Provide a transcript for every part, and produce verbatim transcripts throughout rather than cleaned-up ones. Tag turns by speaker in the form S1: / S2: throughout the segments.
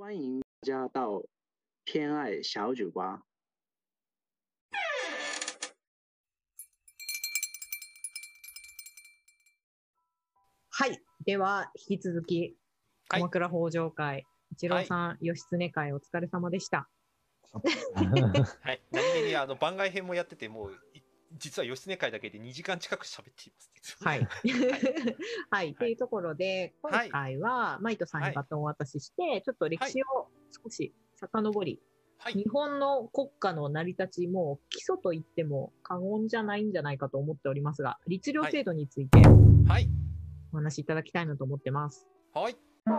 S1: 欢迎大家到偏爱小酒吧。
S2: はい。では、引き続き、
S3: はい
S2: 鎌倉北条会、一郎さん、義経会お疲れ様でした。
S3: はい。何気にあの番外編もやってて、もうい実は義経会だけでにじかん近く喋っています。
S2: はい。はい。っていうところで、
S3: はい
S2: 今回は、マイトさんにバトンをお渡しして、ちょっと歴史を少し遡り、
S3: はい。
S2: 日本の国家の成り立ちも基礎と言っても過言じゃないんじゃないかと思っておりますが、律令制度について
S3: はい。
S2: お話しいただきたいなと思ってます。
S3: はい。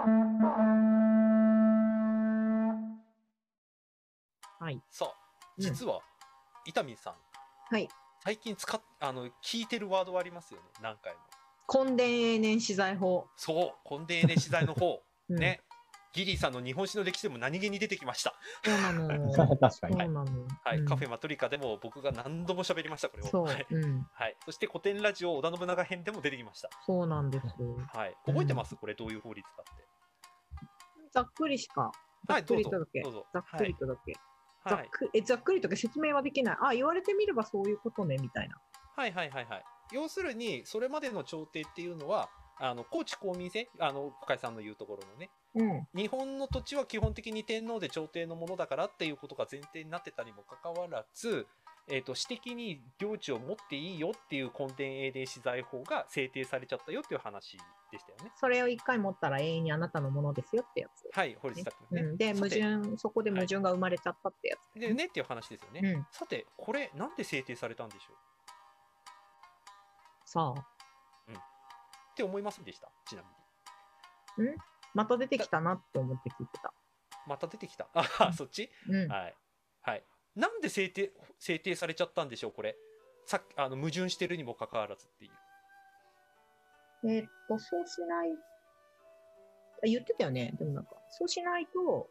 S2: はい。
S3: さあ、実は、伊丹さん、
S2: はい。
S3: 最近使っあの聞いてるワードはありますよね、何回も。
S2: 墾田永年私財法。
S3: そう、墾田永年私財の方、
S2: うん
S3: ね。ギリーさんの日本史の歴史でも何気に出てきました。
S2: そうなの。
S4: 確かに。
S2: そうなの。
S3: はい、
S2: うん
S3: カフェマトリカでも僕が何度も喋りました、これを。
S2: そう。
S3: はい。
S2: うん。
S3: はい、そして古典ラジオ織田信長編でも出てきました。
S2: そうなんです。
S3: はい。覚えてます、これどういう法律かって。
S2: ざっくりしか。ざっくりとだけ。
S3: どうぞ
S2: ざっくりとだけ。ざ
S3: はい。
S2: っくえざっくりとか説明はできない。あ、言われてみればそういうことね、みたいな。
S3: はいはいはいはい。要するに、それまでの朝廷っていうのは、あの高知公民制、あの深井さんの言うところのね、
S2: うん。
S3: 日本の土地は基本的に天皇で朝廷のものだからっていうことが前提になってたにもかかわらず、えー、と私的に領地を持っていいよっていう墾田永年私財法が制定されちゃったよっていう話でしたよね。
S2: それを一回持ったら永遠にあなたのものですよってやつ。
S3: はい、法律だったね。
S2: うん、で、矛
S3: さて
S2: 盾、そこで矛盾が生まれちゃったってやつ。
S3: でねっていう話ですよね。
S2: うん
S3: さて、これなんで制定されたんでしょう
S2: さあ、
S3: って思いませんでした？ちなみに。
S2: また出てきたなって思って聞いてた。
S3: また出てきた。あ、そっち？
S2: うん。
S3: はい。はい。なんで制定、制定されちゃったんでしょう、これ。さっき、あの、矛盾してるにもかかわらずっていう。
S2: えーっと、そうしない、あ言ってたよね。でもなんか、そうしないと、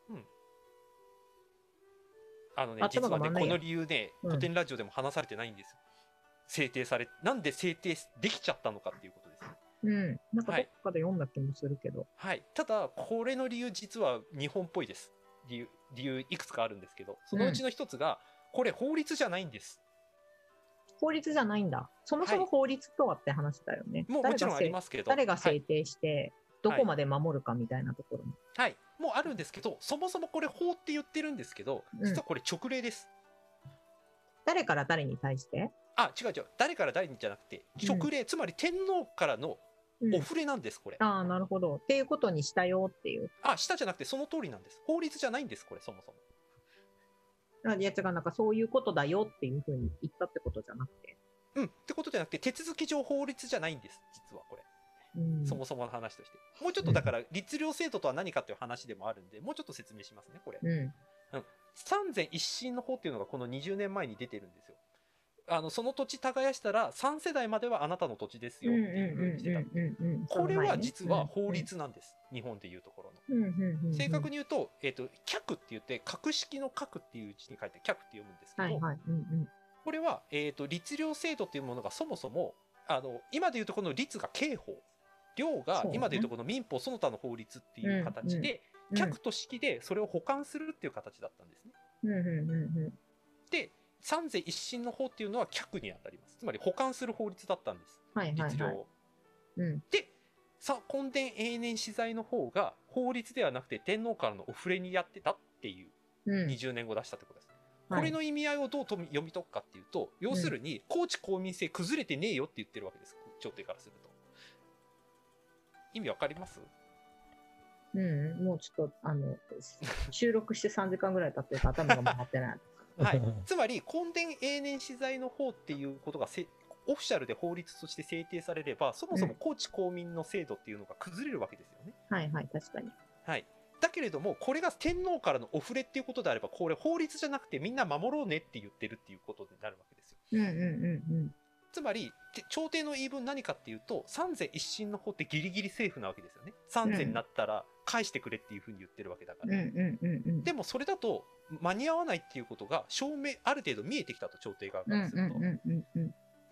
S3: あのね、
S2: 頭
S3: 実はね、
S2: が回んないや
S3: この理由ね、
S2: うん
S3: 古典ラジオでも話されてないんですよ。制定され、なんで制定できちゃったのかっていうことですね。
S2: うん。なんか
S3: はい
S2: どっかで読んだ気もするけど。
S3: はい。ただ、これの理由、実は日本っぽいです。理由、理由いくつかあるんですけど、そのうちの一つが、これ法律じゃないんです。
S2: 法律じゃないんだ。そもそも法律とはって話だよね。
S3: もうもちろんありますけど。
S2: 誰が
S3: はい。
S2: 制定して、どこまで守るかみたいなところも。
S3: はい。もうあるんですけど、そもそもこれ法って言ってるんですけど、
S2: うん
S3: 実はこれ直令です。
S2: 誰から誰に対して
S3: あ、違う違う。誰から誰にじゃなくて、直令、つまり天皇からの
S2: うん
S3: お触れなんです、これ。
S2: ああ、なるほど。っていうことにしたよっていう。
S3: あ、下じゃなくてその通りなんです。法律じゃないんです、これ、そもそも。
S2: あやつがなんかそういうことだよっていうふうに言ったってことじゃなくて。
S3: うん。ってことじゃなくて、手続き上法律じゃないんです、実はこれ。
S2: うん、
S3: そもそもの話として。もうちょっとだから、律令制度とは何かっていう話でもあるんで、もうちょっと説明しますね、これ。
S2: うん。
S3: 三千一神の法っていうのがこのにじゅうねんまえに出てるんですよ。あのその土地耕したらさん世代まではあなたの土地ですよっていう風にしてた。これは実は法律なんです。日本でいうところの。正確に言うと、えっと、客って言って、格式の格っていう字に書いて客って読むんですけど、
S2: はいはいうんうん、
S3: これは、えっと、律令制度っていうものがそもそも、あの、今でいうとこの律が刑法、領が今でいうとこの民法その他の法律っていう形で、客と式でそれを補完するっていう形だったんですね。で、三世一神の法っていうのは客にあたります。つまり補完する法律だったんです。律令を。で、さ墾田永年私財の方が法律ではなくて天皇からのお触れにやってたっていうにじゅうねんご出したってことです。これの意味合いをどう読み解くかっていうと、要するに高知公民制崩れてねえよって言ってるわけです。朝廷からすると。意味わかります？
S2: うん、もうちょっとあの収録してさんじかんぐらい経ってるから頭が回ってない。
S3: はい、つまり墾田永年私財の法っていうことがせオフィシャルで法律として制定されれば、そもそも高知公民の制度っていうのが崩れるわけですよね。
S2: うん、はいはい確かに。
S3: はい。だけれどもこれが天皇からのお触れっていうことであれば、これ法律じゃなくてみんな守ろうねって言ってるっていうことになるわけですよ。
S2: うんうんうんうん。
S3: つまり朝廷の言い分何かっていうと、三世一神の法ってギリギリセーフなわけですよね。三世になったら返してくれっていうふうに言ってるわけだから。でもそれだと間に合わないっていうことが証明ある程度見えてきたと、朝廷側からすると。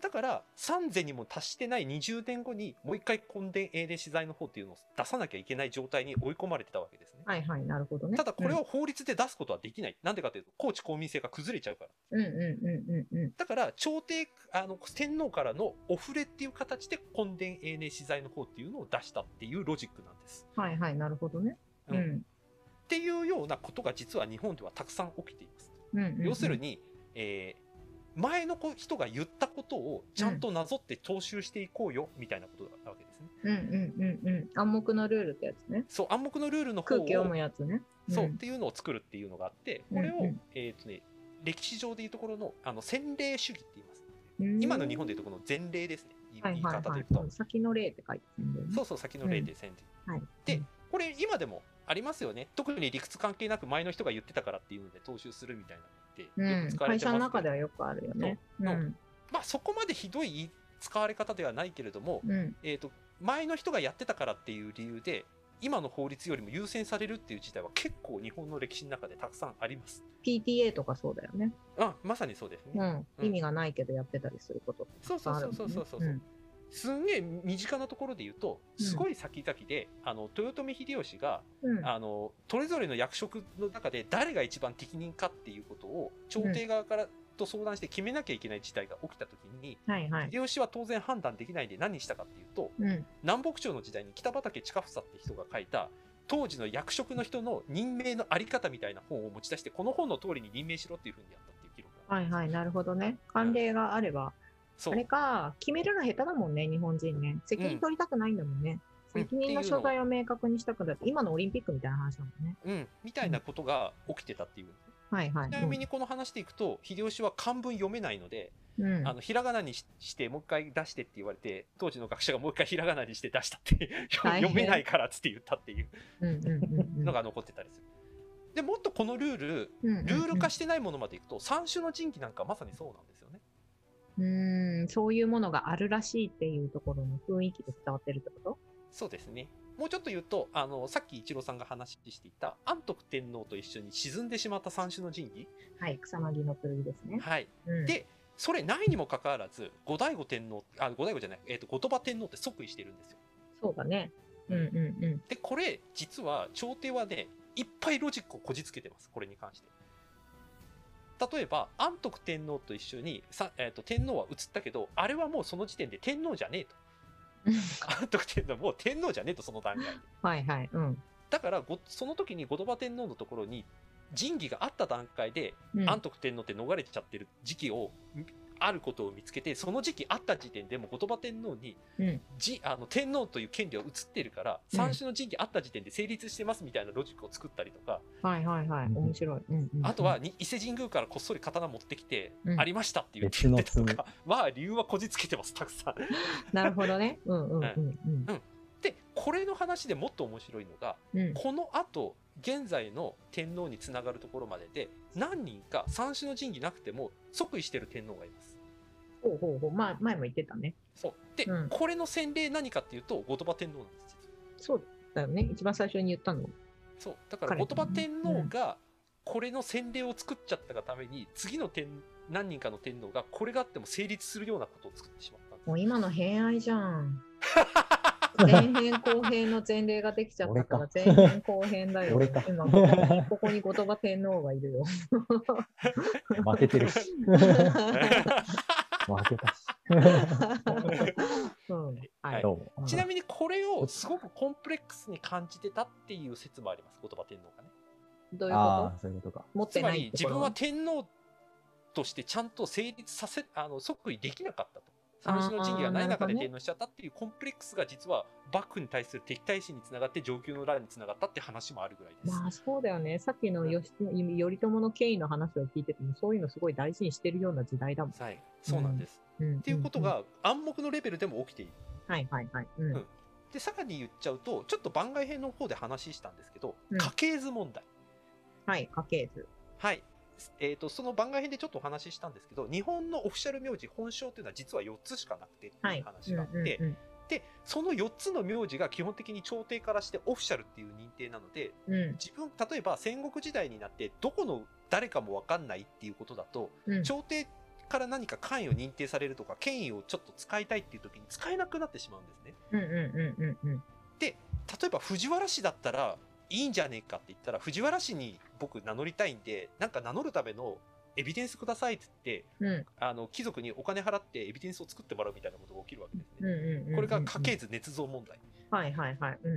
S3: だからさんぜんにも達してないにじゅうねんごにもう一回根伝英霊資材の方っていうのを出さなきゃいけない状態に追い込まれてたわけですね。
S2: はいはい、なるほどね。
S3: ただこれを法律で出すことはできない。なんでかというと高知公民性が崩れちゃうから。
S2: うんうんうんうんうん。
S3: だから朝廷あの天皇からのお触れっていう形で根伝英霊資材の方っていうのを出したっていうロジックなんです。
S2: はいはい、なるほどね。
S3: うん。っていうようなことが実は日本ではたくさん起きています。
S2: うんうんうん、
S3: 要するに、えー前の人が言ったことをちゃんとなぞって踏襲していこうよみたいなことなわけですね。
S2: うんうんうんうん。暗黙のルールってやつね。
S3: そう、暗黙のルールの方を
S2: 空気読むやつね。
S3: うん、そうっていうのを作るっていうのがあって、これを、
S2: うんうん、
S3: えっとね、歴史上でいうところのあの先例主義って言います。今の日本でいうところの前例ですね。言い方で言うと、はいはいはい、
S2: 先の例って書いてるんだよね。
S3: そうそう、先の例で先例、うんはい、で、これ今でもありますよね。特に理屈関係なく前の人が言ってたからっていうので踏襲するみたいなのってよく使われてますけど、
S2: うん、会社の中ではよくあるよね。
S3: うん、まあそこまでひどい使われ方ではないけれども、うん、えーと、前の人がやってたからっていう理由で今の法律よりも優先されるっていう事態は結構日本の歴史の中でたくさんあります。
S2: ピーティーエー とかそうだよね。
S3: あ、まさにそうですね、
S2: うんうん、意味がないけどやってたりすることってたくさんあるもんね。
S3: そうそうそうそうそう、うん、すんげえ身近なところで言うとすごい先々で、うん、あの豊臣秀吉が、うん、あのそれぞれの役職の中で誰が一番適任かっていうことを朝廷側から、うんと相談して決めなきゃいけない事態が起きたときに、はいはい、秀吉は当然判断できないで何したかっていうと、うん、南北朝の時代に北畠親房って人が書いた当時の役職の人の任命のあり方みたいな本を持ち出して、この本の通りに任命しろっていうふうにやったっていう記録が。
S2: はいはい、なるほどね。慣例があれば、うん、あれか、決めるの下手だもんね、日本人ね。責任取りたくないんだもんね。うん、責任の所在を明確にしたくなって、今のオリンピックみたいな話だもんね。
S3: うん、みたいなことが起きてたっていう。
S2: はいはい、
S3: ちなみにこの話でいくと、秀吉は漢文読めないので、うん、あのひらがなに し, してもう一回出してって言われて、当時の学者がもう一回ひらがなにして出したって読めないからっつって言ったっていうのが残ってたりする。でもっとこのルール、ルール化してないものまでいくと、三種の神器なんかまさにそうなんですよね。
S2: うん、そういうものがあるらしいっていうところの雰囲気で伝わってるってこと？
S3: そうですね。もうちょっと言うと、あのさっき一郎さんが話していた安徳天皇と一緒に沈んでしまった三種の神器、
S2: はい、草薙の剣ですね。
S3: はい、うん、でそれないにもかかわらず後醍醐天皇、あ、後醍醐じゃない、えーと、後鳥羽天皇って即位してるんですよ。
S2: そうだね。うんうんうん。
S3: でこれ実は朝廷はねいっぱいロジックをこじつけてます、これに関して。例えば安徳天皇と一緒にさ、えーと、天皇は移ったけど、あれはもうその時点で天皇じゃねえと。安徳天皇もう天皇じゃねえと、その段階で。
S2: はいはい、うん、
S3: だからごその時に後鳥羽天皇のところに神器があった段階で、うん、安徳天皇って逃れちゃってる時期をあることを見つけて、その時期あった時点でも後鳥羽天皇に、うん、じあの天皇という権利は移ってるから、うん、三種の神器あった時点で成立してますみたいなロジックを作ったりとか、
S2: はいはいはい、面白い、うんうんうん、
S3: あとはに伊勢神宮からこっそり刀持ってきて、うん、ありましたって言ってるとかは理由はこじつけてます、たくさん。
S2: なるほどね。うんうんうんうん、うん、
S3: でこれの話でもっと面白いのが、うん、このあと現在の天皇につながるところまでで何人か三種の神器なくても即位してる天皇がいます。
S2: ほうほうほう、まあ、前も言ってたね。
S3: そうで、うん、これの先例何かっていうと後鳥羽天皇なんです。
S2: そうだよね、一番最初に言ったの。
S3: そうだから後鳥羽天皇がこれの先例を作っちゃったがために、うん、次の天何人かの天皇がこれがあっても成立するようなことを作ってしまったんです。
S2: もう今の偏愛じゃん。前編後編の前例ができちゃったから前編後編だよ。今ここにここに後鳥羽天皇がいるよ。
S4: 負けてるし。負けたし。
S3: うんはい、ちなみにこれをすごくコンプレックスに感じてたっていう説もあります、後鳥羽天皇がね。
S2: どういうこと？
S4: あ、そういうことか。
S2: 持ってない。
S3: つまり自分は天皇としてちゃんと成立させあの即位できなかったと。三種の神器がない中で天皇しちゃったっていうコンプレックスが実は幕府に対する敵対心につながって承久の乱につながったって話もあるぐらいです。
S2: まあそうだよね。さっきの義頼朝の経緯の話を聞いてても、そういうのすごい大事にしてるような時代だもん。
S3: はい、そうなんです。うん、っていうことが暗黙のレベルでも起きている。
S2: はいはいはい。うんうん、
S3: でさらに言っちゃうと、ちょっと番外編の方で話したんですけど、うん、家系図問題。
S2: はい、家系図。
S3: はい。えー、とその番外編でちょっとお話ししたんですけど、日本のオフィシャル名字本称というのは実はよっつしかなくてっていう話があって、はいうんうんうん、でそのよっつの名字が基本的に朝廷からしてオフィシャルっていう認定なので、うん、自分例えば戦国時代になってどこの誰かも分かんないっていうことだと、うん、朝廷から何か関与を認定されるとか権威をちょっと使いたいっていう時に使えなくなってしまうんですね。
S2: うんうんうんうんうん。
S3: で例えば藤原氏だったらいいんじゃねえかって言ったら、藤原氏に僕名乗りたいんでなんか名乗るためのエビデンスくださいって言って、うん、あの貴族にお金払ってエビデンスを作ってもらうみたいなことが起きるわけですね。うんうんうんうん、これが家系図捏造問題。
S2: はいはいはい。うんうんうん、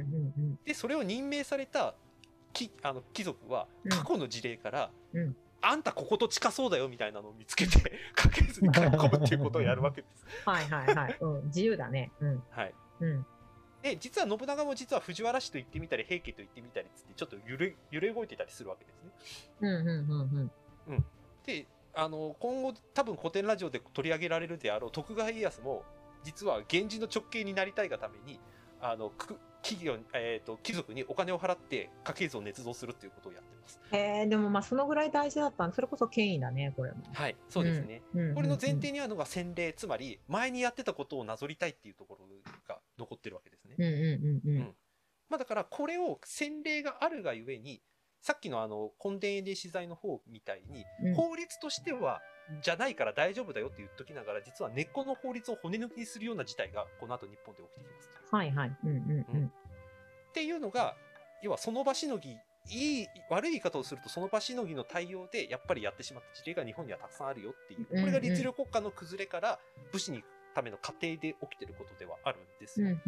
S2: で
S3: それを任命されたきあの貴族は過去の事例から、うんうん、あんたここと近そうだよみたいなのを見つけて家系図に書き込むっていうことをやるわけです。
S2: はいはいはい、うん、自由だね。うん、
S3: はい。うんで実は信長も実は藤原氏と言ってみたり平家と言ってみたりっつってちょっと揺れ揺れ動いてたりするわけですね。うんうんうんうんうん。であの今後多分古典ラジオで取り上げられるであろう徳川家康も実は源氏の直系になりたいがためにあの企業、えーと、貴族にお金を払って家系図を捏造するっていうことをやってます。
S2: へえ、でもまあそのぐらい大事だったん、それこそ権威だねこれも。
S3: はい、そうですね、うんうんうんうん、これの前提にあるのが先例、つまり前にやってたことをなぞりたいっていうところが残ってるわけですね。うんうんうんうんうん、まあ、だからこれを先例があるがゆえにさっきのあの根伝英資材の方みたいに、うん、法律としてはじゃないから大丈夫だよって言っときながら実は根っこの法律を骨抜きにするような事態がこの後日本で起きてきます。
S2: はいはい、うんうんうん、
S3: っていうのが要はその場しのぎ、いい悪い言い方をするとその場しのぎの対応でやっぱりやってしまった事例が日本にはたくさんあるよっていう、これが律令国家の崩れから武士に行くための過程で起きてることではあるんですよ。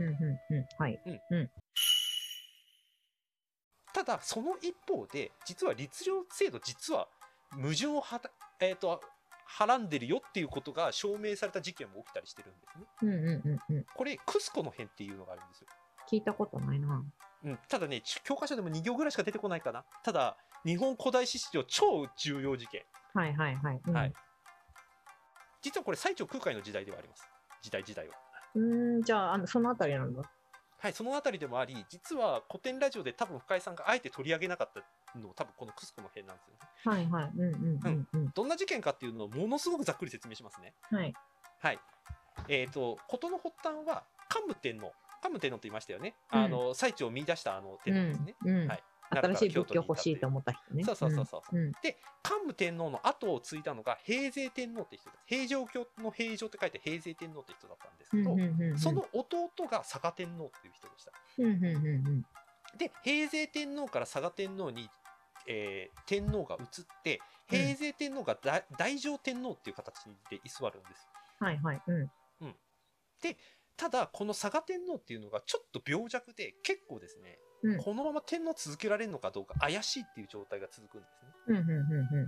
S3: ただその一方で実は律令制度実は矛盾をはた、えーとはらんでるよっていうことが証明された事件も起きたりしてるんですね。うんうんうんうん、これクスコの変っていうのがあるんですよ。
S2: 聞いたことないな。
S3: うん、ただね教科書でもに行ぐらいしか出てこないかな。ただ日本古代史上超重要事件。
S2: はいはいはい、うん、はい。
S3: 実はこれ最澄空海の時代ではあります。時代時代は。
S2: うーん、じゃあ、あのそのあたりなんだ。
S3: はい、そのあたりでもあり、実は古典ラジオで多分深井さんがあえて取り上げなかったの多分このクスコの辺なんですよね。
S2: はいはい。うんうんうんうん。
S3: どんな事件かっていうのをものすごくざっくり説明しますね。
S2: はい。
S3: はい。えっ、ー、と事の発端は桓武天皇、桓武天皇と言いましたよね。うん、あの最澄を見出したあの天皇ですね。
S2: うんうん、はい。新しい仏教欲しいと思った人ね。
S3: そうそうそうそう。うん、で桓武天皇の後を継いだのが平城天皇って人です。平城京の平城って書いて平城天皇って人だったんですけど、うんうんうんうん、その弟が嵯峨天皇っていう人でした。うんうんうんうん、で平城天皇から嵯峨天皇に、えー、天皇が移って平城天皇が大、大乗天皇っていう形で居座るんです。
S2: はいはい。うん。
S3: うん、でただこの嵯峨天皇っていうのがちょっと病弱で結構ですね、うん、このまま天皇続けられるのかどうか怪しいっていう状態が続くんですね。うんうんうんうん、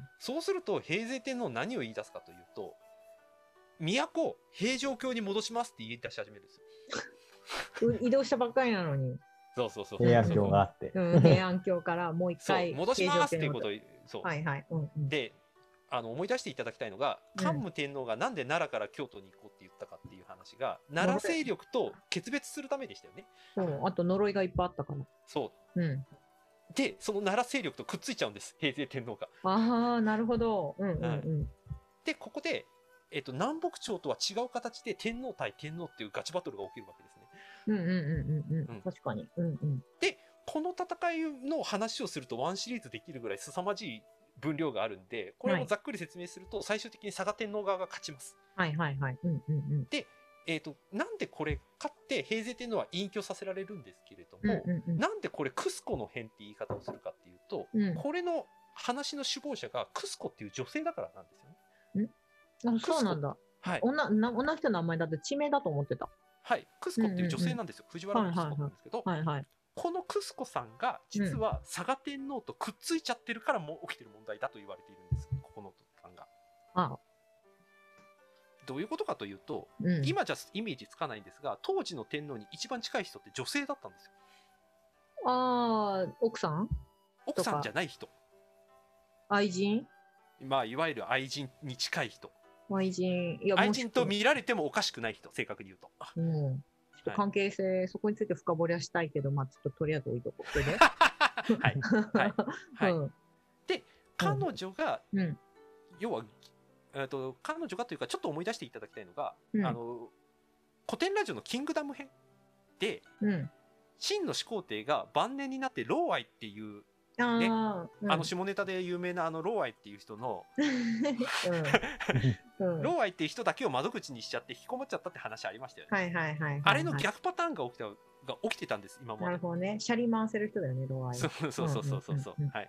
S3: そうすると平城天皇何を言い出すかというと都平城京に戻しますって言い出し始めるんですよ。
S2: 移動したばっかりなのに。
S3: そうそうそう。
S4: 平安京があって。
S2: うん、平安京からもう一回
S3: 戻しますっていうことをそう。
S2: はいはい。うんうん、
S3: であの思い出していただきたいのが桓武天皇がなんで奈良から京都に行こうって言ったかっていう話が、うん、奈良勢力と決別するためでしたよね。
S2: そう、あと呪いがいっぱいあったから。
S3: そう、うん、でその奈良勢力とくっついちゃうんです平城天皇が。
S2: ああなるほど、うんうんうん、
S3: でここで、えーと、南北朝とは違う形で天皇対天皇っていうガチバトルが起きるわけですね。
S2: うんうんうんうんうん、確かに、うんうん、
S3: でこの戦いの話をするとワンシリーズできるぐらい凄まじい分量があるんで、これをざっくり説明すると、はい、最終的に嵯峨天皇側が勝ちます。
S2: はいはいはい。うんうんうん、
S3: で、えーと、なんでこれ勝って平城天皇は隠居させられるんですけれども、うんうんうん、なんでこれクスコの変って言い方をするかっていうと、うん、これの話の首謀者がクスコっていう女性だからなんですよね。
S2: んあ、そうなんだ。はい、女, な女の人の名前だって地名だと思ってた。
S3: はい、クスコっていう女性なんですよ。うんうんうん、藤原クスコなんですけど。はいはいはいはい、このクスコさんが実は嵯峨天皇とくっついちゃってるからもう起きてる問題だと言われているんです。ここのさんが。ああどういうことかというと、うん、今じゃイメージつかないんですが当時の天皇に一番近い人って女性だったんですよ。
S2: ああ奥さん
S3: 奥さんじゃない人。
S2: 愛人
S3: まあいわゆる愛人に近い人。
S2: 愛人
S3: いや愛人と見られてもおかしくない人正確に言うと。
S2: うんちょっと関係性、はい、そこについて深掘りはしたいけど、まあ、ちょっととりあえず置いとこうね。
S3: はいはいはい、うん、で彼女が、うん、要は、えー、と彼女がというかちょっと思い出していただきたいのが、うん、あの古典ラジオのキングダム編で、うん、秦の始皇帝が晩年になって老愛っていうね、
S2: あー、うん、
S3: あの下ネタで有名なあのローアイっていう人の、
S2: うんうん、
S3: ローアイっていう人だけを窓口にしちゃって引きこもっちゃったって話ありましたよね。
S2: はいはいはいはい、はい。
S3: あれの逆パターンが起きたが起きてたんです今まで。
S2: なるほどね。シャリ回せる人だよね、ローアイ。
S3: そうそうそうそうそうそう。はい。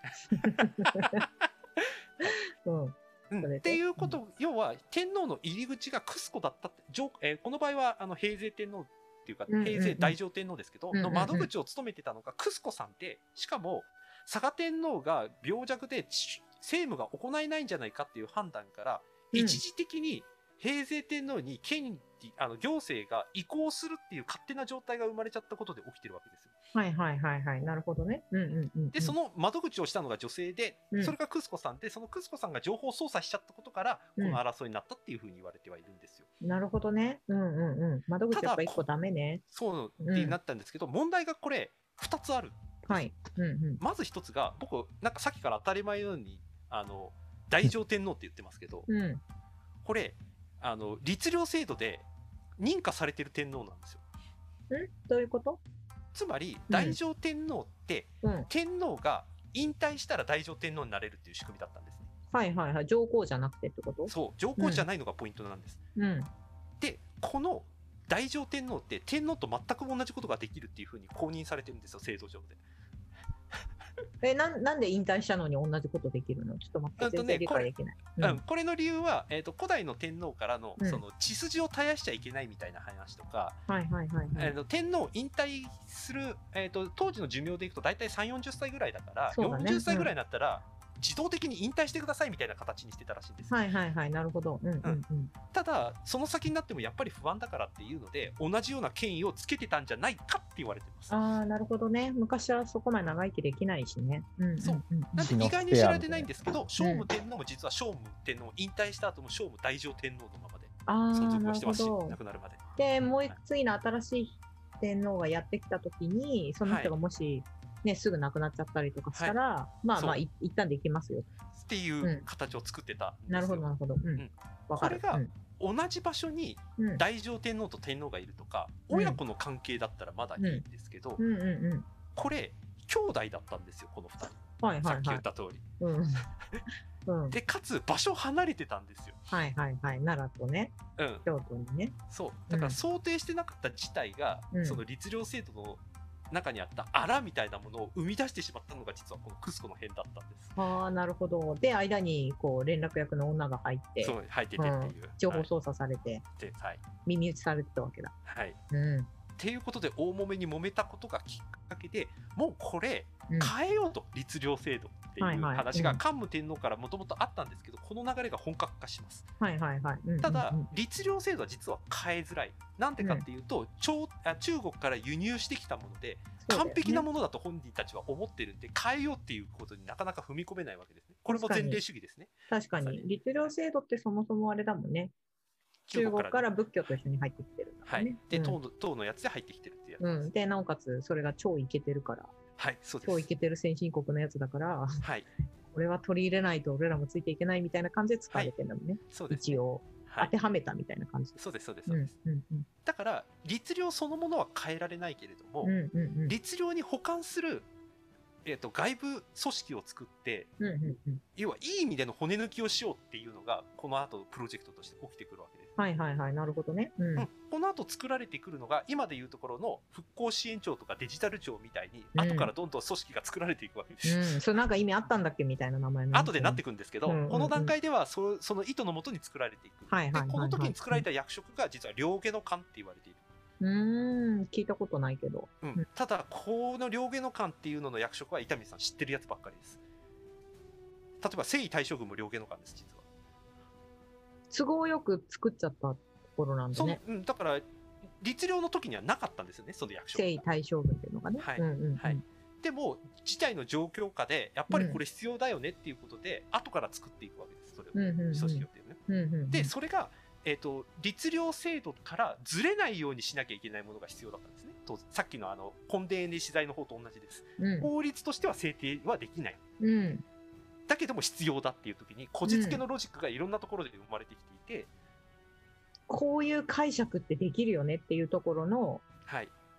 S2: うん
S3: うん、っていうこと、うん、要は天皇の入り口がクスコだったって、えー、この場合はあの平成天皇っていうか、うんうんうん、平成大乗天皇ですけど、うんうんうん、の窓口を務めてたのがクスコさんで、しかも佐賀天皇が病弱で政務が行えないんじゃないかっていう判断から、うん、一時的に平成天皇に権利、あの行政が移行するっていう勝手な状態が生まれちゃったことで起きてるわけですよ。
S2: はいはいはいはい、なるほどね。うんうんうんうん、
S3: でその窓口をしたのが女性で、うん、それがクスコさんで、そのクスコさんが情報操作しちゃったことから、この争いになったっていうふうに言われてはいるんですよ。
S2: うん、なるほどね。うんうんうん。窓口やっぱいっこダメね。
S3: そうってなったんですけど、うん、問題がこれふたつある。
S2: はい。うんうん、
S3: まずひとつが、僕なんかさっきから当たり前のようにあの大乗天皇って言ってますけど、うん、これあの律令制度で認可されてる天皇なんですよ。
S2: んどういうこと？
S3: つまり大乗天皇って、うん、天皇が引退したら大乗天皇になれるっていう仕組みだったんですね。
S2: はいはいはい。上皇じゃなくてってこと？
S3: そう、上皇じゃないのがポイントなんです。うん、でこの大乗天皇って天皇と全く同じことができるっていうふうに公認されてるんですよ、制度上で。
S2: えな、なんで引退したのに同じことできるの？ちょっと待って、全然理解できない。
S3: うんうん、これの理由は、えーと、古代の天皇からの、うん、その血筋を絶やしちゃいけないみたいな話とか、はいはいはいはい、えーと、天皇引退する、えーと、当時の寿命でいくと大体さんじゅう、よんじゅっさいぐらいだから、ね、よんじゅっさいぐらいになったら、うん自動的に引退してくださいみたいな形にしてたらしいんです。
S2: はいはいはい、なるほど。うんうんうん、うん、
S3: ただその先になってもやっぱり不安だからっていうので同じような権威をつけてたんじゃないかって言われてます。
S2: ああ、なるほどね。昔はそこまで長生きできないしね。うんうんうん、
S3: そう。なんで意外に知られてないんですけど、聖武天皇も実は聖武天皇引退した後も聖武大乗天皇のままで存続をしてますし、亡くなるまで。
S2: で、もう次の新しい天皇がやってきた時にその人がもし、はいね、すぐ亡くなっちゃったりとかしたら、はい、まあまあ一旦できますよ
S3: っていう形を作ってたんですよ。
S2: なるほどなるほど、うんうん、
S3: これが同じ場所に大乗天皇と天皇がいるとか、うん、親子の関係だったらまだいいんですけど、うんうんうんうん、これ兄弟だったんですよこのふたり、はいはいはい、さっき言った通り、うんうん、でかつ場所離れてたんですよ。
S2: はいはいはい、奈良とね、うん、京都にね。
S3: そうだから想定してなかった事態が、うん、その律令制度の中にあったあらみたいなものを生み出してしまったのが実はこのクスコの変だったんです。
S2: ああ、なるほど。で間にこう連絡役の女が入って
S3: そう入っててっていう、うん、
S2: 情報操作されて、はい、耳打ちされてたわけだ。
S3: はい、うん、っていうことで大揉めに揉めたことがきっかけでもうこれ変えようと、うん、律令制度っていう話が桓武天皇からもともとあったんですけど、この流れが本格化します。
S2: はいはいはい、うんうんうん、
S3: ただ律令制度は実は変えづらい。なんでかっていうと、うん、中, 中国から輸入してきたもので完璧なものだと本人たちは思ってるんで変えようっていうことになかなか踏み込めないわけですね。これも前例主義ですね。
S2: 確かに、確かに律令制度ってそもそもあれだもんね、中国から仏教と一緒に入ってきてるんだもんね。はい、
S3: で、うん、唐の、唐のやつで入ってきてるっていうやつです、
S2: うん、でなおかつそれが超イケてるから、
S3: はい、そうです。
S2: 超イケてる先進国のやつだから、
S3: はい、
S2: これは取り入れないと俺らもついていけないみたいな感じで使われてるんだもんね、はい、そうですね、一応当てはめたみたいな感じ、はい、
S3: そうですそうですそうです、うんうんうん、だから律令そのものは変えられないけれども、うんうんうん、律令に補完する、えーと、外部組織を作って、うんうんうん、要はいい意味での骨抜きをしようっていうのがこの後プロジェクトとして起きてくるわけです。
S2: はいはいはい、なるほどね、うんうん、
S3: この後作られてくるのが今でいうところの復興支援庁とかデジタル庁みたいに、うん、後からどんどん組織が作られていくわけです、
S2: うん、それなんか意味あったんだっけみたいな名前の
S3: 後でなってくるんですけど、うんうんうん、この段階では そ, その意図のもとに作られていく、はいはいはいはい、でこの時に作られた役職が実は両下の官って言われている。
S2: うーん、聞いたことないけど、
S3: うん、ただこの両下の官っていうのの役職は伊丹さん知ってるやつばっかりです。例えば征夷大将軍も両下の官です。実は
S2: 都合よく作っちゃったところなんだね。
S3: そ、うん、だから律令の時にはなかったんですよね、その役職。
S2: 征夷大将軍っていうのがね、
S3: はい、うんうんうん、はい、でも事態の状況下でやっぱりこれ必要だよねっていうことで、うん、後から作っていくわけです、それを、うんうんうん、組織をっていうね、うんうんうん、でそれがえーと、律令制度からずれないようにしなきゃいけないものが必要だったんですね。当然さっきのあの根底に資材の方と同じです、うん、法律としては制定はできない、うん、だけども必要だっていう時にこじつけのロジックがいろんなところで生まれてきていて、うん、
S2: こういう解釈ってできるよねっていうところの、
S3: はい、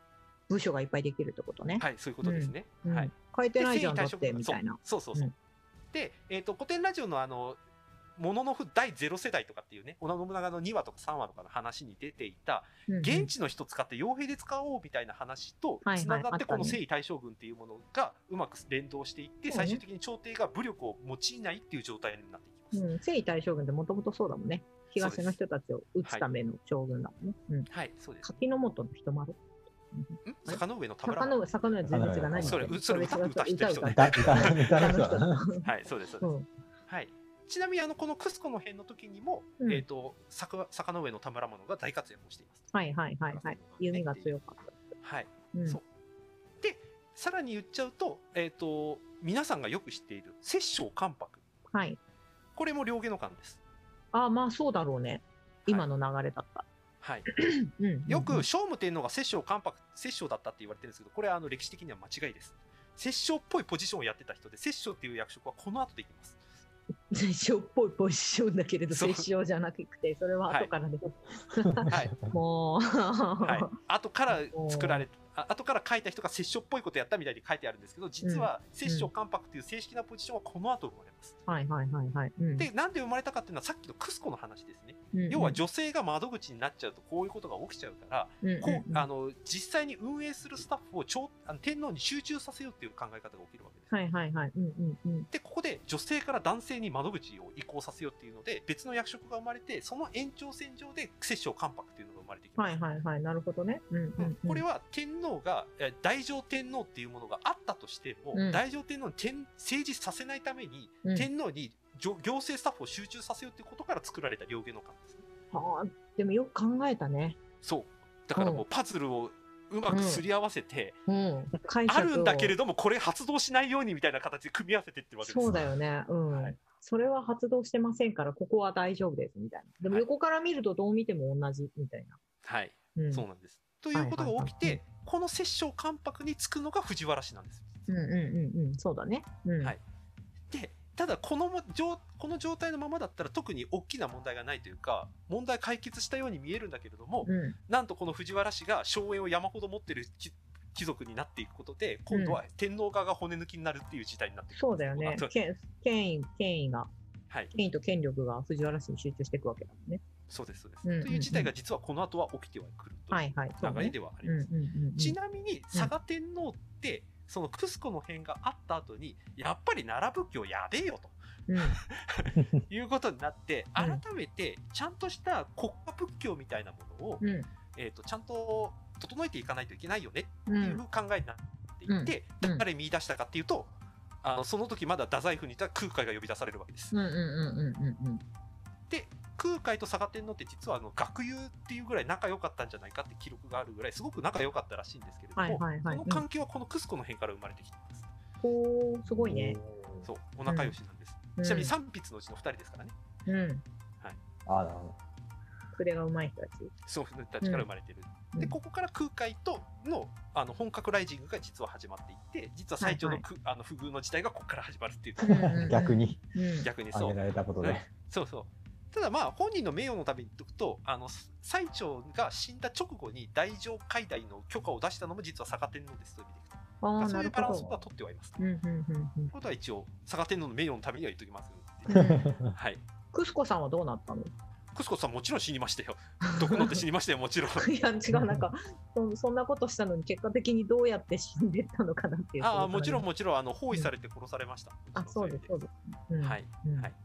S2: 部署がいっぱいできるってことね。
S3: はい、そういうことですね。
S2: うん
S3: はい。
S2: 変えてないじゃん
S3: で
S2: だってみたいな。
S3: そうそうそうそう。
S2: うん
S3: で、えっと古典ラジオのあのもののふだいゼロ世代とかっていうね、織田信長のにわとかさんわとかの話に出ていた、
S2: うんうん
S3: 現地の人使って傭兵で使おうみたいな話と
S2: はいはい
S3: つながって
S2: あったね
S3: この征夷大将軍っていうものがうまく連動していって、
S2: そうね
S3: 最終的に朝廷が武力を用いないっていう状態になっていきます。
S2: うん、征夷大将軍ってもともとそうだもんね。東の人たちを討つための将軍だもんね。うん、
S3: はい、そうです。
S2: 柿の本の人丸。
S3: ん坂の上の田村
S2: 坂の上、坂の上全然違う。何
S3: それそれ歌歌してる人ね
S2: 歌
S4: 歌、歌、歌の人だ。
S3: はい、そうです、そうです。
S2: うん
S3: はい。ちなみにあのこのクスコの辺の時にも、
S2: うん
S3: えっ、と坂坂の上の田村者が大活躍をしています。
S2: はいはいはいはい。弓が強かった。
S3: はい。
S2: うん
S3: そう。で、さらに言っちゃうと、えっ、と皆さんがよく知っている摂政関白。
S2: はい。
S3: これも両下の間です。
S2: ああ、まあそうだろうね。今の流れだった。
S3: はい。
S2: うんうんうん
S3: よく聖武天皇が摂政関白、摂政だったって言われてるんですけど、これはあの歴史的には間違いです。摂政っぽいポジションをやってた人で、摂政っていう役職はこの後できます。
S2: 摂政っぽいポジションだけれど、
S3: そう
S2: 摂政じゃなくて、それは後からで。
S3: はい。
S2: もう、
S3: はい。後から作られあ後から書いた人が摂政っぽいことやったみたいに書いてあるんですけど、実は摂政関白という正式なポジションはこの後生まれます。
S2: はいはいはいはい。うん
S3: で、なんで生まれたかっていうのはさっきのクスコの話ですね。
S2: うんうん
S3: 要は女性が窓口になっちゃうとこういうことが起きちゃうから、
S2: うんうんうん
S3: こうあの実際に運営するスタッフを超あの天皇に集中させようっていう考え方が起きるわけです。
S2: はいはいはい。うんうんうん。
S3: でここで女性から男性に窓口を移行させようっていうので別の役職が生まれて、その延長線上で摂政関白っていうのが生まれてきます。
S2: はいはいはい。なるほどね。うんうんうん。
S3: これは天皇がえ大乗天皇っていうものがあったとしても、
S2: うん
S3: 大乗天皇に天政治させないために、
S2: うん
S3: 天皇に行行政スタッフを集中させようっていうことから作られた両下の間ですね。
S2: はあ、でもよく考えたね。
S3: そうだからもうパズルをうまくすり合わせて、
S2: うん。解
S3: あ
S2: 釈を
S3: るんだけれどもこれ発動しないようにみたいな形で組み合わせてってるわけです。
S2: そうだよね。うん。
S3: はい
S2: それは発動してませんから、ここは大丈夫ですみたいな。でも
S3: はい
S2: 横から見るとどう見ても同じみたいな。
S3: はい、
S2: うん。
S3: そうなんです。ということが起きて、
S2: はいはい
S3: この摂政関白につくのが藤原氏なんです。
S2: うんうんうんうん。そうだね。うん。
S3: はいでただこの状この状態のままだったら特に大きな問題がないというか、問題解決したように見えるんだけれども、
S2: うん。
S3: なんとこの藤原氏が荘園を山ほど持ってる貴貴族になっていくことで、今度は天皇側が骨抜きになるっていう事態になっていく、
S2: そうだよね
S3: この後。
S2: 権権威、権威が、
S3: はい、
S2: 権威と権力が藤原氏に集中していくわけだもんね。
S3: そうですそうです、
S2: うんうんうん
S3: という事態が実はこの後は起きてはくると
S2: はいいうはい。そうね
S3: 流れではあり
S2: うん
S3: ます。
S2: うんうんうん。
S3: ちなみに佐賀天皇ってそのクスコの変があった後にやっぱり奈良仏教やべえよと
S2: うん。
S3: いうことになって、
S2: うん
S3: 改めてちゃんとした国家仏教みたいなものを、
S2: うん。
S3: えー、とちゃんと整えていかないといけないよねって
S2: う。
S3: いうん考えになっていって、
S2: うん
S3: 誰見出したかっていうと、あのその時まだ太宰府にいた空海が呼び出されるわけです。
S2: うんうんうんうんうんうん。
S3: で空海と佐賀天皇って実はあの学友っていうぐらい仲良かったんじゃないかって記録があるぐらいすごく仲良かったらしいんですけれども、
S2: はいはいはい。
S3: この関係はこのクスコの辺から生まれてきています。
S2: おー、すごいね。
S3: そうお仲良しなんです、
S2: うん
S3: ちなみに三筆のうちのふたりですからね。
S2: うん。
S4: ああ、なるほ
S2: 筆が上手い人たち。
S3: そういう人たちから生まれてる、
S2: うん
S3: でここから空海とのあの本格ライジングが実は始まっていって、実は最長のく、あの不遇の時代がここから始まるっていうところ、
S2: うんうんうん
S4: ど。逆に
S2: うん。
S3: 逆にそう
S4: 挙げられたこと
S3: うん
S4: で。
S3: そうそうただまあ本人の名誉のために言っておくと、あの最長が死んだ直後に大乗解題の許可を出したのも実は佐賀天皇ですという意味でいくと、
S2: ああ、
S3: そういう
S2: なるほど。
S3: バランスは取ってはいます。
S2: うんうんうんうん
S3: ということは一応佐賀天皇の名誉のためには言っときます
S2: うん。うん
S3: はい
S2: クスコさんはどうなったの？
S3: クスコさんもちろん死にましたよ。毒飲んで死にましたよ、もちろん。
S2: いや違う、なんかそそんなことしたのに結果的にどうやって死んでったのかなっていう。
S3: ああ、もちろん
S2: ん。
S3: もちろんあの包囲されて殺されました。
S2: あ、そうですそう
S3: で
S2: です。うん
S3: はい、
S2: うん
S3: はい。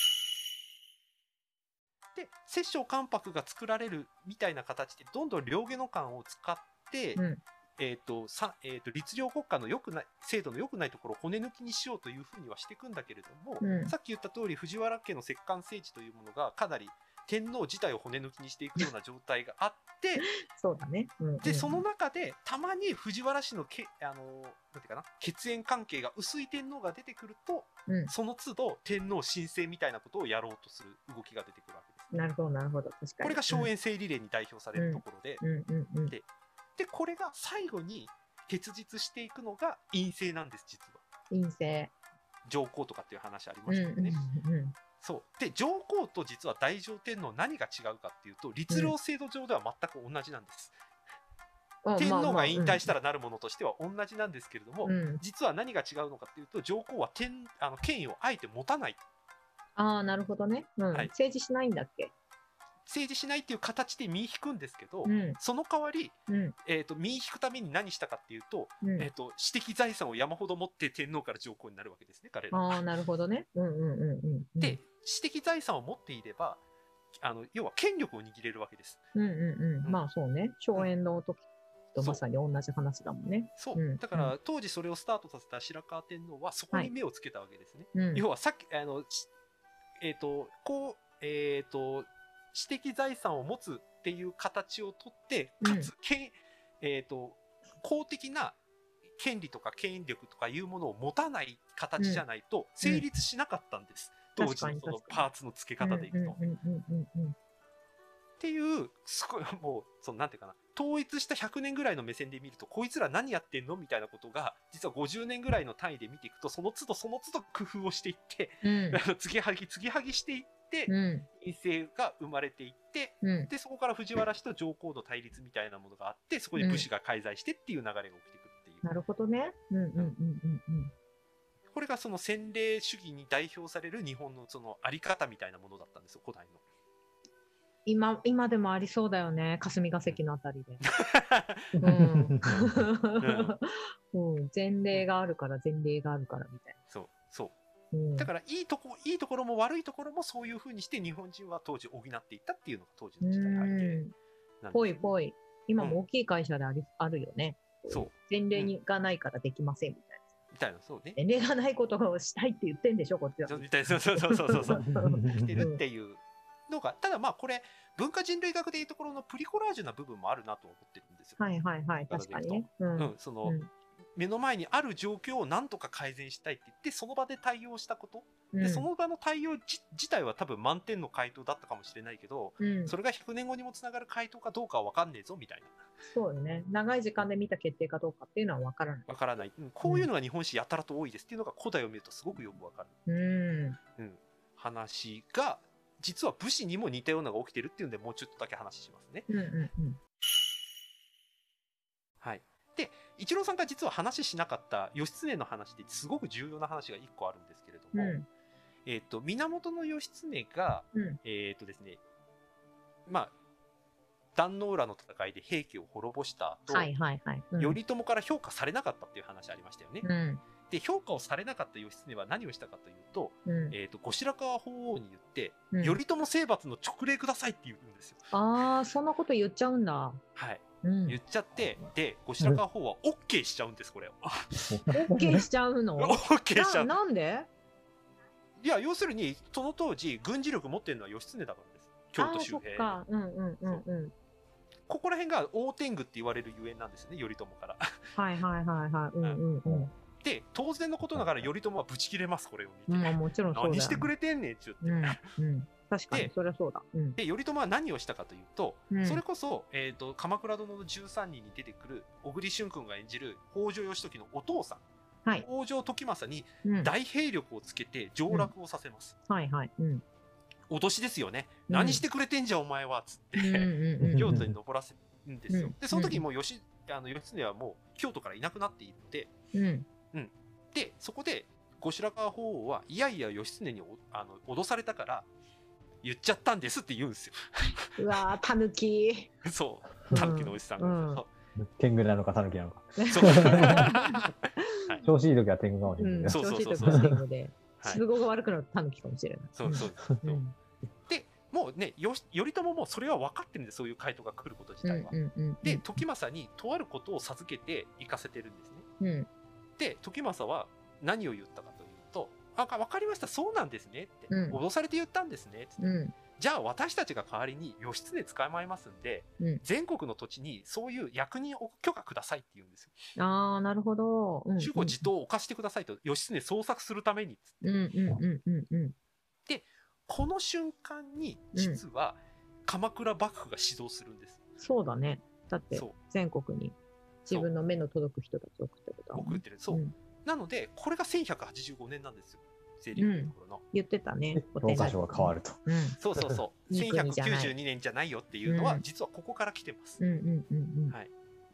S3: で、摂政関白が作られるみたいな形でどんどん両下の間を使って、
S2: うん
S3: えっ、とさえっ、と律令国家の良くない制度の良くないところを骨抜きにしようというふうにはしていくんだけれども、
S2: うん
S3: さっき言った通り藤原家の摂関政治というものがかなり天皇自体を骨抜きにしていくような状態があって。
S2: そうだね。うんうん
S3: でその中でたまに藤原氏のけあのなんていうかな血縁関係が薄い天皇が出てくると、
S2: うん
S3: その都度天皇神聖みたいなことをやろうとする動きが出てくるわけです。
S2: なるほどなるほど、確かに。
S3: これが荘園制理令に代表されるところで、
S2: うんうんうん。
S3: ででこれが最後に結実していくのが院政なんです。実は
S2: 陰性。
S3: 上皇とかっていう話あり
S2: うんうん
S3: ましたよね。
S2: うん
S3: そうで上皇と実は大乗天皇何が違うかっていうと律令制度上では全く同じなんです。 天皇が引退したらなるものとしては同じなんですけれども、
S2: うん、
S3: 実は何が違うのかっていうと、上皇は天あの権威をあえて持たない。
S2: ああ、なるほどね、うん、はい、政治しないんだっけ。
S3: 政治しないっていう形で身引くんですけど、
S2: うん、
S3: その代わり、
S2: うん、
S3: えーと、身引くために何したかっていうと、うん、えーと、私的財産を山ほど持って天皇から上皇になるわけですね、彼らは。
S2: ああ、なるほどね。うんうんうんうん、
S3: で、私的財産を持っていれば、あの要は権力を握れるわけです。
S2: うんうんうん。うん、まあそうね。荘園の時とまさに同じ話だもんね。
S3: そう。そうだから、当時それをスタートさせた白河天皇はそこに目をつけたわけですね。はい、要はさっき、あの、えっ、ー、と、こう、えっ、ー、と、私的財産を持つっていう形をとって、かつ、うん、えっ、ー、と、公的な権利とか権力とかいうものを持たない形じゃないと成立しなかったんです。うんうん、当時のそのパーツの付け方でいくと。っていう、すごいもう、そのなんていうかな、統一したひゃくねんぐらいの目線で見ると、こいつら何やってんのみたいなことが、実はごじゅうねんぐらいの単位で見ていくと、その都度その都度工夫をしていって、うん、継ぎはぎ継ぎはぎしていって、院政が生まれていって、うん、でそこから藤原氏と上皇の対立みたいなものがあって、そこに武士が介在してっていう流れが起きてくるっていう。
S2: なるほどね。
S3: これがその洗礼主義に代表される日本のそのあり方みたいなものだったんですよ、古代の。
S2: 今, 今でもありそうだよね、霞が関のあたりで。うんうん、前例があるから前例があるからみたいな。
S3: そうそう、うん、だからいいとこいいところも悪いところもそういうふうにして日本人は当時補っていったっていうのが当時の時代背景なんです、ね。
S2: ぽいぽい。今も大きい会社であり、うん、あるよね。
S3: そう。
S2: 前例がないからできませんみたいな。
S3: みたいな、そうね。
S2: 前例がないことをしたいって言ってんでしょ、こっちは。
S3: そうそうそうそうそうそう。来てるっていうのが、ただまあこれ文化人類学でいうところのプリコラージュな部分もあるなと思ってるんですよ。
S2: はいはいはい、確かにね。
S3: うん、うん、その、うん、目の前にある状況を何とか改善したいって言ってその場で対応したこと、うん、でその場の対応自体は多分満点の回答だったかもしれないけど、うん、それがひゃくねんごにもつながる回答かどうかは分かんねえぞみたいな。
S2: そうよね。長い時間で見た決定かどうかっていうのは分からない。
S3: 分からない。うん、こういうのが日本史やたらと多いですっていうのが古代を見るとすごくよく分かる、うんうん、話が実は武士にも似たようなのが起きてるっていうんでもうちょっとだけ話しますね。
S2: うんうんうん、
S3: はい。で、一郎さんが実は話しなかった義経の話ですごく重要な話がいっこあるんですけれども、うん、えっと源義経が、うん、えっとですね、まあ壇ノ浦の戦いで平家を滅ぼした後、はいはいはいうん、頼朝から評価されなかったっていう話ありましたよね。うんで評価をされなかった義経は何をしたかというと、うん、えーと後白河法皇に言って、うん、頼朝征伐の直令くださいって言うんですよ。
S2: ああ、そんなこと言っちゃうんだ。
S3: はい、うん、言っちゃってで後白河法皇は OK しちゃうんですこれを。
S2: OK しちゃうの
S3: ？OK しちゃう。
S2: な、なんで？
S3: いや要するにその当時軍事力持ってるのは義経だからです。京都周辺。
S2: あ、そっか。うんうんうんうん。
S3: ここら辺が大天狗って言われるゆえんなんですね、頼朝から。
S2: はいはいはいはい。うんうんうん。
S3: で当然のことながら頼朝はブチ切れます、これを見て。
S2: まあ、もちろんそうだよ。
S3: 何してくれてんねんっちゅって、
S2: うんうん、確かにそりゃそうだ。
S3: うん、で頼朝は何をしたかというと、うん、それこそ、えーと、鎌倉殿のじゅうさんにんに出てくる小栗旬君が演じる北条義時のお父さん、はい、北条時政に大兵力をつけて上洛をさせます。
S2: うん、はいはい、うん、
S3: 脅しですよね、うん、何してくれてんじゃお前はっつって京都に登らせるんですよ。でその時も義あの義経はもう京都からいなくなっているので、うんうん、でそこで後白河法皇はいやいや義経にあの脅されたから言っちゃったんですって言うんですよ。
S2: うわータヌキ。
S3: そうタヌキのおじさんが、うん
S4: うん天狗なのかタヌキなのか。はい、調子いい時は天狗かもしれない。
S2: 調子いい時は天狗で、都合が悪くなるとタヌキかもしれない。
S3: そうそうそう。うん、でもうねよ頼朝もそれは分かってるんです、そういう回答が来ること自体は。うんうんうんうん、で時政にとあることを授けて行かせてるんですね。うんで時政は何を言ったかというと「あ分かりました、そうなんですね」って、うん、脅されて言ったんですねって、うん、じゃあ私たちが代わりに義経捕まえますんで、うん、全国の土地にそういう役人を許可くださいって言うんですよ。
S2: ああなるほど。
S3: 守護自党を犯してくださいと、義経捜索するためにっつって、うんうんうんうんうん、でこの瞬間に実は鎌倉幕府が始動するんです、
S2: うん、そうだね。だって全国に自分の目の届く人たちを送ってることは、ね、
S3: 送ってるそう、うん、なのでこれがせんひゃくはちじゅうごねんなんですよ、西暦のところの、うん、
S2: 言ってたね。
S4: 教科書が変わると、
S3: うん、そうそうそうせんひゃくきゅうじゅうにねんじゃないよっていうのは、うん、実はここから来てます。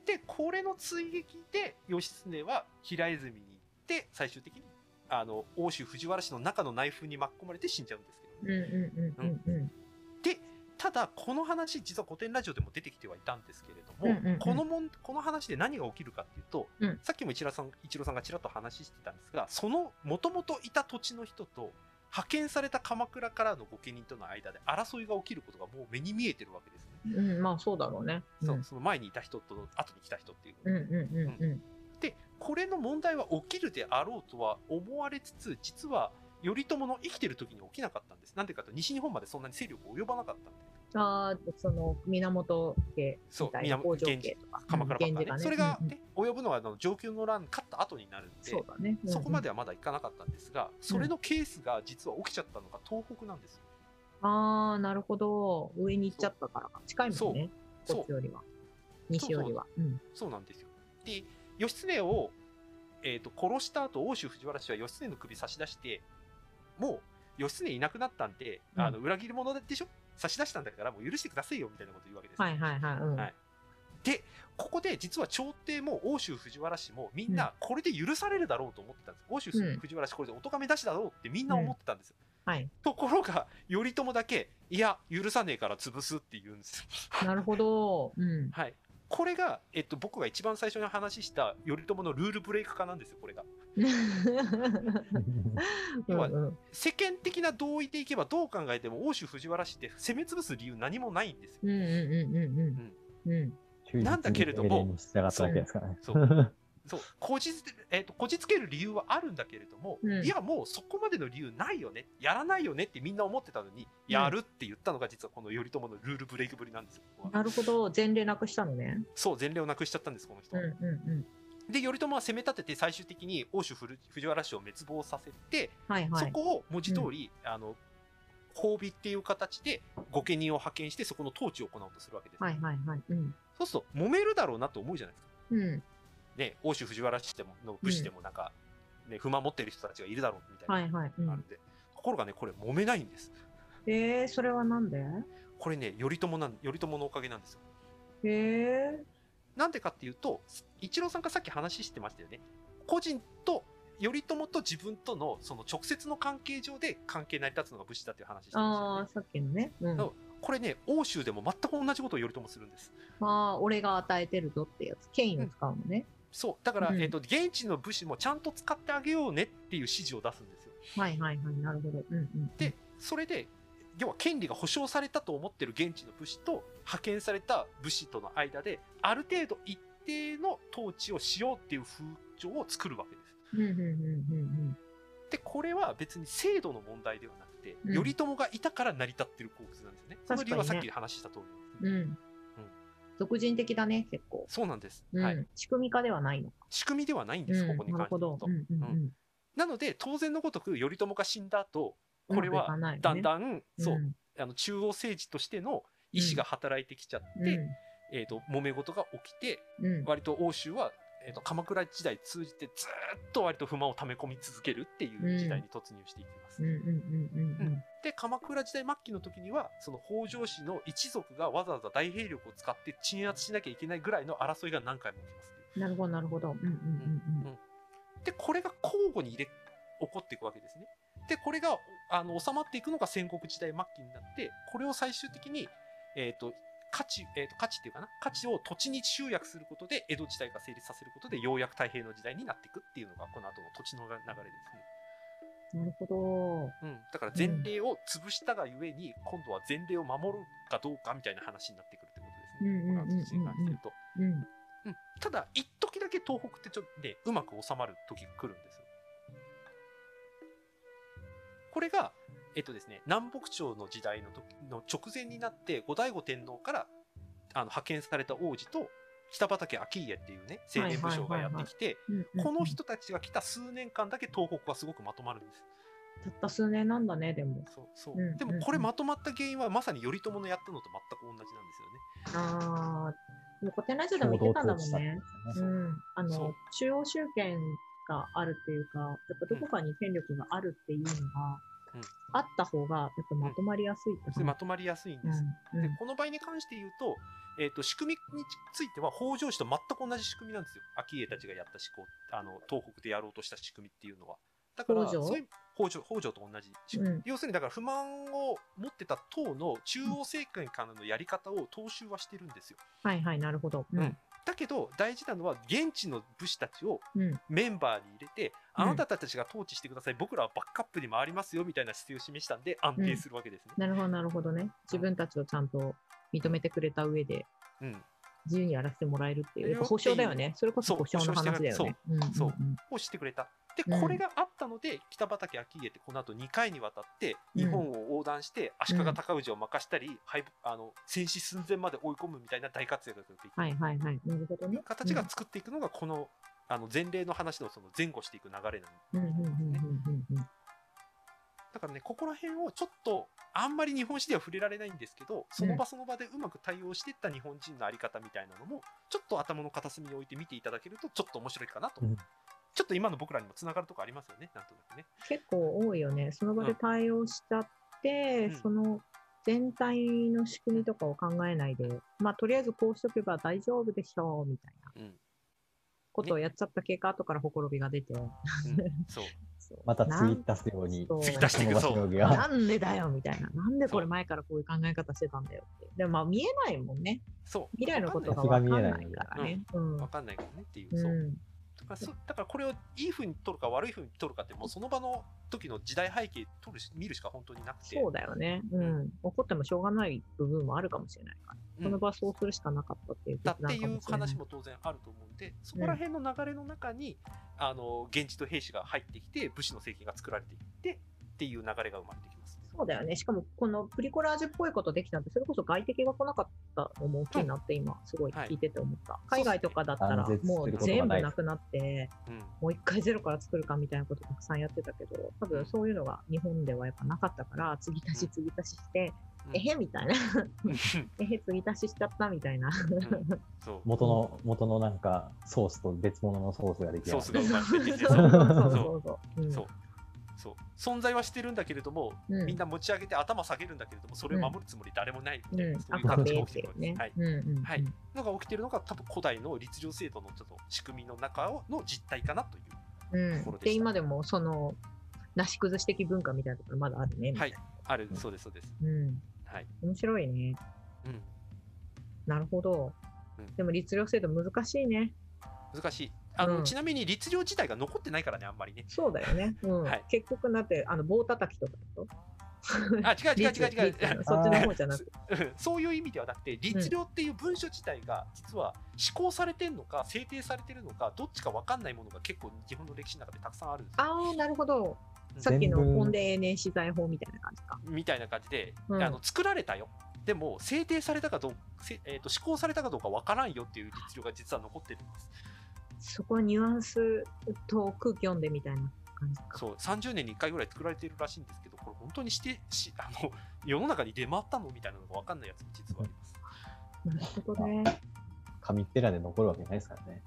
S3: でこれの追撃で義経は平泉に行って最終的にあの奥州藤原氏の中の内紛に巻き込まれて死んじゃうんですけど、
S2: うんうんうんうんうん、
S3: でただこの話実は古典ラジオでも出てきてはいたんですけれども、うんうんうん、このもんこの話で何が起きるかっていうと、うん、さっきも一郎さん一郎さんがちらっと話してたんですが、そのもともといた土地の人と派遣された鎌倉からの御家人との間で争いが起きることがもう目に見えてるわけですね。
S2: うん、まあそうだろうね。
S3: うん、そう、その前にいた人と後に来た人っていう。
S2: うんうんうんうん、
S3: でこれの問題は起きるであろうとは思われつつ、実は頼朝の生きてる時に起きなかったんです。なんでかと西日本までそんなに勢力及ばなかったんで。
S2: ああ、その源家みたいな北条家とか
S3: 鎌倉ばっかり、ね、ね、それが、ね、うんうん、及ぶのはあの承久の乱勝った後になるんで、
S2: そうだね、うんうん、
S3: そこまではまだいかなかったんですが、それのケースが実は起きちゃったのが東北なんですよ。
S2: うん、ああ、なるほど、上に行っちゃったから近いもんね、こっちよりは西よりは。
S3: そうそう、うん、そうなんですよ。で義経を、えー、と殺した後奥州藤原氏は義経の首差し出して、もう義経いなくなったんで、うん、あの裏切り者でしょ、差し出したんだからもう許してくださいよみたいなこと言うわけです、ね。
S2: はいはいはい、うん、はい。
S3: でここで実は朝廷も奥州藤原氏もみんなこれで許されるだろうと思ってたんです。うん、奥州藤原氏これでお咎め出しだろうってみんな思ってたんですよ。
S2: うん、はい。
S3: ところが頼朝だけいや許さねえから潰すって言うんですよ。
S2: なるほど。うん、
S3: はい。これが、えっと、僕が一番最初に話した頼朝のルールブレイク化なんですよ、これが。要は世間的な同意でいけばどう考えても奥州藤原氏って攻め潰す理由何もないんですよ。なんだけれども、そうそうこじつ、えー、とこじつける理由はあるんだけれども、うん、いやもうそこまでの理由ないよね、やらないよねってみんな思ってたのに、うん、やるって言ったのが実はこの頼朝のルールブレイクぶりなんですよ。
S2: なるほど、前例なくしたのね。
S3: そう、前例をなくしちゃったんですこの人、うんうんうん、で頼朝は攻め立てて最終的に奥州藤原氏を滅亡させて、はいはい、そこを文字通り、うん、あの褒美っていう形で御家人を派遣してそこの統治を行おうとするわけです、
S2: はいはいはい、うん、
S3: そうすると揉めるだろうなと思うじゃないですか、
S2: うん
S3: ね、奥州藤原氏でもの武士でもなんか、ね、うん、不満持ってる人たちがいるだろうみたいなのがあるんで、はいはい、うん、ところがねこれ揉めないんです。
S2: えー、それはなんで？
S3: これね頼朝なん頼朝のおかげなんですよ。
S2: へえ。
S3: なんでかっていうと一郎さんがさっき話してましたよね。個人と頼朝と自分とのその直接の関係上で関係成り立つのが武士だっていう話してましたよね。
S2: ああ、さっきのね。うん、
S3: これね欧州でも全く同じことを頼朝するんです。
S2: ああ、俺が与えてるぞってやつ、権威を使うのね。うん、
S3: そうだから、うん、えーと、現地の武士もちゃんと使ってあげようねっていう指示を出すんですよ。
S2: はいはいはい、なるほど。うんうん、
S3: でそれで要は権利が保障されたと思ってる現地の武士と派遣された武士との間である程度一定の統治をしようっていう風潮を作るわけです。
S2: うんうんうんうん、
S3: でこれは別に制度の問題ではなくて、うん、頼朝がいたから成り立ってる構図なんですよね。その理由はさっき話した通りなんです、ね。うん
S2: 俗人的だね、結構。
S3: そうなんです、
S2: うん、
S3: はい。
S2: 仕組み化ではないのか。
S3: 仕組みではないんです、うん、ここに関して言うと。うんうんうん、なので当然のごとく頼朝が死んだ後これはだんだん、ね、そう、うん、あの中央政治としての意思が働いてきちゃって、うん、えーと、揉め事が起きて、うん、割と欧州は、えーと、鎌倉時代通じてずっと割と不満を溜め込み続けるっていう時代に突入していきます。で鎌倉時代末期の時にはその北条氏の一族がわざわざ大兵力を使って鎮圧しなきゃいけないぐらいの争いが何回も起きます。
S2: なるほどなるほど。
S3: でこれが交互に入れ起こっていくわけですね。でこれがあの収まっていくのが戦国時代末期になって、これを最終的に、えーと価値、えーと、価値っていうかな価値を土地に集約することで江戸時代が成立させることでようやく太平の時代になっていくっていうのがこの後の土地の流れですね。
S2: なるほど、
S3: うん、だから前例を潰したがゆえに、うん、今度は前例を守るかどうかみたいな話になってくるってことですね。ただ一時だけ東北ってちょっとねうまく収まる時が来るんですよ。これがえっとですね、南北朝の時代の時の直前になって後醍醐天皇からあの派遣された王子と北畠顕家っていうね青年武将がやってきて、この人たちが来た数年間だけ東北はすごくまとまるんです。
S2: たった数年なんだね。でも
S3: そうそう、うんうんうん、でもこれまとまった原因はまさに頼朝のやったのと全く同じなんですよね。
S2: ああ、でも古典ラジオでも言ってたんだもんね。うん、あの中央集権があるっていうか、やっぱどこかに権力があるっていうのがあった方がやっぱまとまりやすいって
S3: うん、まとまりやすいんです、
S2: うんうん、
S3: でこの場合に関して言うと、えーと、仕組みについては北条氏と全く同じ仕組みなんですよ。顕家たちがやった思考、あの東北でやろうとした仕組みっていうのは。だからそういう北条、北条と同じ仕組み、うん、要するにだから不満を持ってた党の中央政権からのやり方を踏襲はしてるんですよ。
S2: はいはい、なるほど、
S3: うんうん、だけど大事なのは現地の武士たちをメンバーに入れて、うん、あなたたちが統治してください、僕らはバックアップに回りますよみたいな姿勢を示したんで安定するわけですね。
S2: うん、なるほどなるほどね。自分たちをちゃんと認めてくれた上で、うん、自由にやらせてもらえるっていう保証だよね。それこそ保証の話だよね。
S3: そうをしてくれた。でこれがあったので北畠顕家ってこの後にかいにわたって日本を横断して足利尊氏を任したり、うん、あの戦死寸前まで追い込むみたいな大活躍ができる、
S2: はいはいはい、なるほどね、
S3: 形が作っていくのがこの、あの前例の話のその前後していく流れなんですね。だからね、ここら辺をちょっとあんまり日本史では触れられないんですけど、その場その場でうまく対応していった日本人の在り方みたいなのもちょっと頭の片隅に置いて見ていただけるとちょっと面白いかなと、うん、ちょっと今の僕らにもつながるとこありますよね、なんとなくね。
S2: 結構多いよね。その場で対応しちゃって、うん、その全体の仕組みとかを考えないで、まあとりあえずこうしとけば大丈夫でしょうみたいな、うん、ことをやっちゃった結果、後からほころびが出て、うん、
S4: そうまた継ぎ足すように
S3: 継ぎ足していく、そう
S2: なんでだよみたいな、なんでこれ前からこういう考え方してたんだよって。でもまあ見えないもんね。
S3: そう
S2: 未来のことが分かんないからね。
S3: 分かんないからねっていう。そう。だからそだからこれをいい風に取るか悪い風に取るかってもうその場の時の時代背景取るし見るしか本当になくて。
S2: そうだよね。うん。怒ってもしょうがない部分もあるかもしれないから。うん、その場そうするしかなかったっていう
S3: だっていう話も当然あると思うんで、そこら辺の流れの中に、うん、あの現地と兵士が入ってきて武士の政権が作られていってっていう流れが生まれてきます。
S2: そうだよね。しかもこのプリコラージュっぽいことできたんで、それこそ外敵が来なかったのも大きいなって今すごい聞いてて思った。はい、海外とかだったらもう全部なくなって、うん、もう一回ゼロから作るかみたいなことたくさんやってたけど、多分そういうのが日本ではやっぱなかったから、継ぎ足し継ぎ足しして、うん、えへみたいなえへ継ぎ足ししちゃったみたいな、うん、
S4: そう元の元のなんかソースと別物のソースができる。
S3: ソースが生まれてきて、そうそうそうそう。そう存在はしてるんだけれども、うん、みんな持ち上げて頭下げるんだけれどもそれを守るつもり誰もないみたいな、うん、そういう形が起きてるわけです、はいはい、のが起きてるのが多分古代の律令制度のちょっと仕組みの中の実態かなというところでした、うん、
S2: で今でもそのなし崩し的文化みたいなところまだあるねみたいな。
S3: はいある、そうですそうです、
S2: うんはい、面白いね、うん、なるほど、うん、でも律令制度難しいね。
S3: 難しい。あの、うん、ちなみに律令自体が残ってないからね、あんまりね。
S2: そうだよね。うんはい、結局だってあの棒叩きとかだと
S3: あ違う違う違う違う
S2: そっちの方じゃなくて
S3: そういう意味ではなくて律令っていう文書自体が実は施行されてるのか制定されてるのかどっちか分かんないものが結構日本の歴史の中でたくさんあるんですよ。
S2: ああなるほど、うん、さっきの本で永年資材法みたいな感じか
S3: みたいな感じで、うん、あの作られたよでも制定されたかどうか、えーと、施行されたかどうか分からんよっていう律令が実は残ってるんです。
S2: そこはニュアンスと空気読んでみたいな感じか。
S3: そうさんじゅうねんにいっかいぐらい作られているらしいんですけど、これ本当にしてしあの世の中に出回ったのみたいなのが分かんないやつも実はあります。
S2: なるほどね。
S4: 紙っぺらで残るわけないですからね。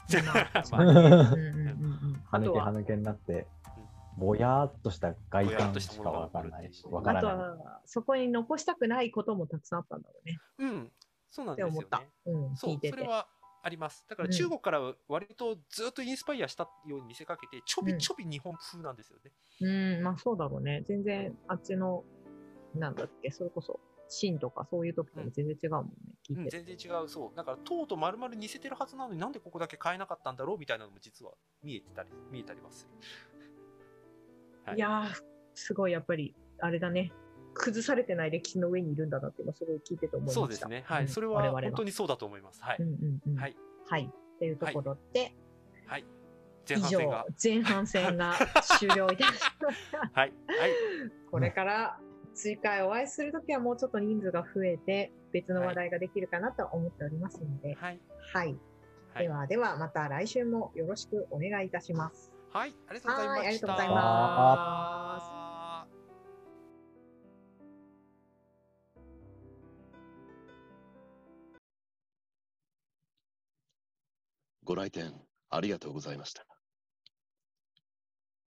S4: はぬけはぬけになって、ぼやーっとした外観しか分からない。分からない。あと
S2: はそこに残したくないこともたくさんあったんだろうね。
S3: うん、そうなんですよね。
S2: って思った。うん、
S3: そう聞いてて。それはあります。だから中国から割とずっとインスパイアしたように見せかけてちょびちょび日本風なんですよね。
S2: うん、うん、まあそうだろうね。全然あっちのなんだっけ、それこそ秦とかそういう時とも全然違うもんね。
S3: うん、聞いて全然違う。そうだから唐と丸々似せてるはずなのになんでここだけ変えなかったんだろうみたいなのも実は見えてたり見えたりはする。
S2: はい、いやーすごいやっぱりあれだね。崩されてない歴史の上にいるんだなって今すごい聞いてて思いました。
S3: そうですね。はい、うん、それは本当にそうだと思います。はい。うんうんうん、はい。
S2: はい。っていうところで、
S3: はい。前半戦が
S2: 以上前半戦が終了いたしました。
S3: はい。はい。
S2: これから次回お会いするときはもうちょっと人数が増えて別の話題ができるかなと思っておりますので、はい。はい。ではではまた来週もよろしくお願いいたします。
S3: はい。ありがとうございました。
S2: ありがとうございます。
S5: ご来店ありがとうございました。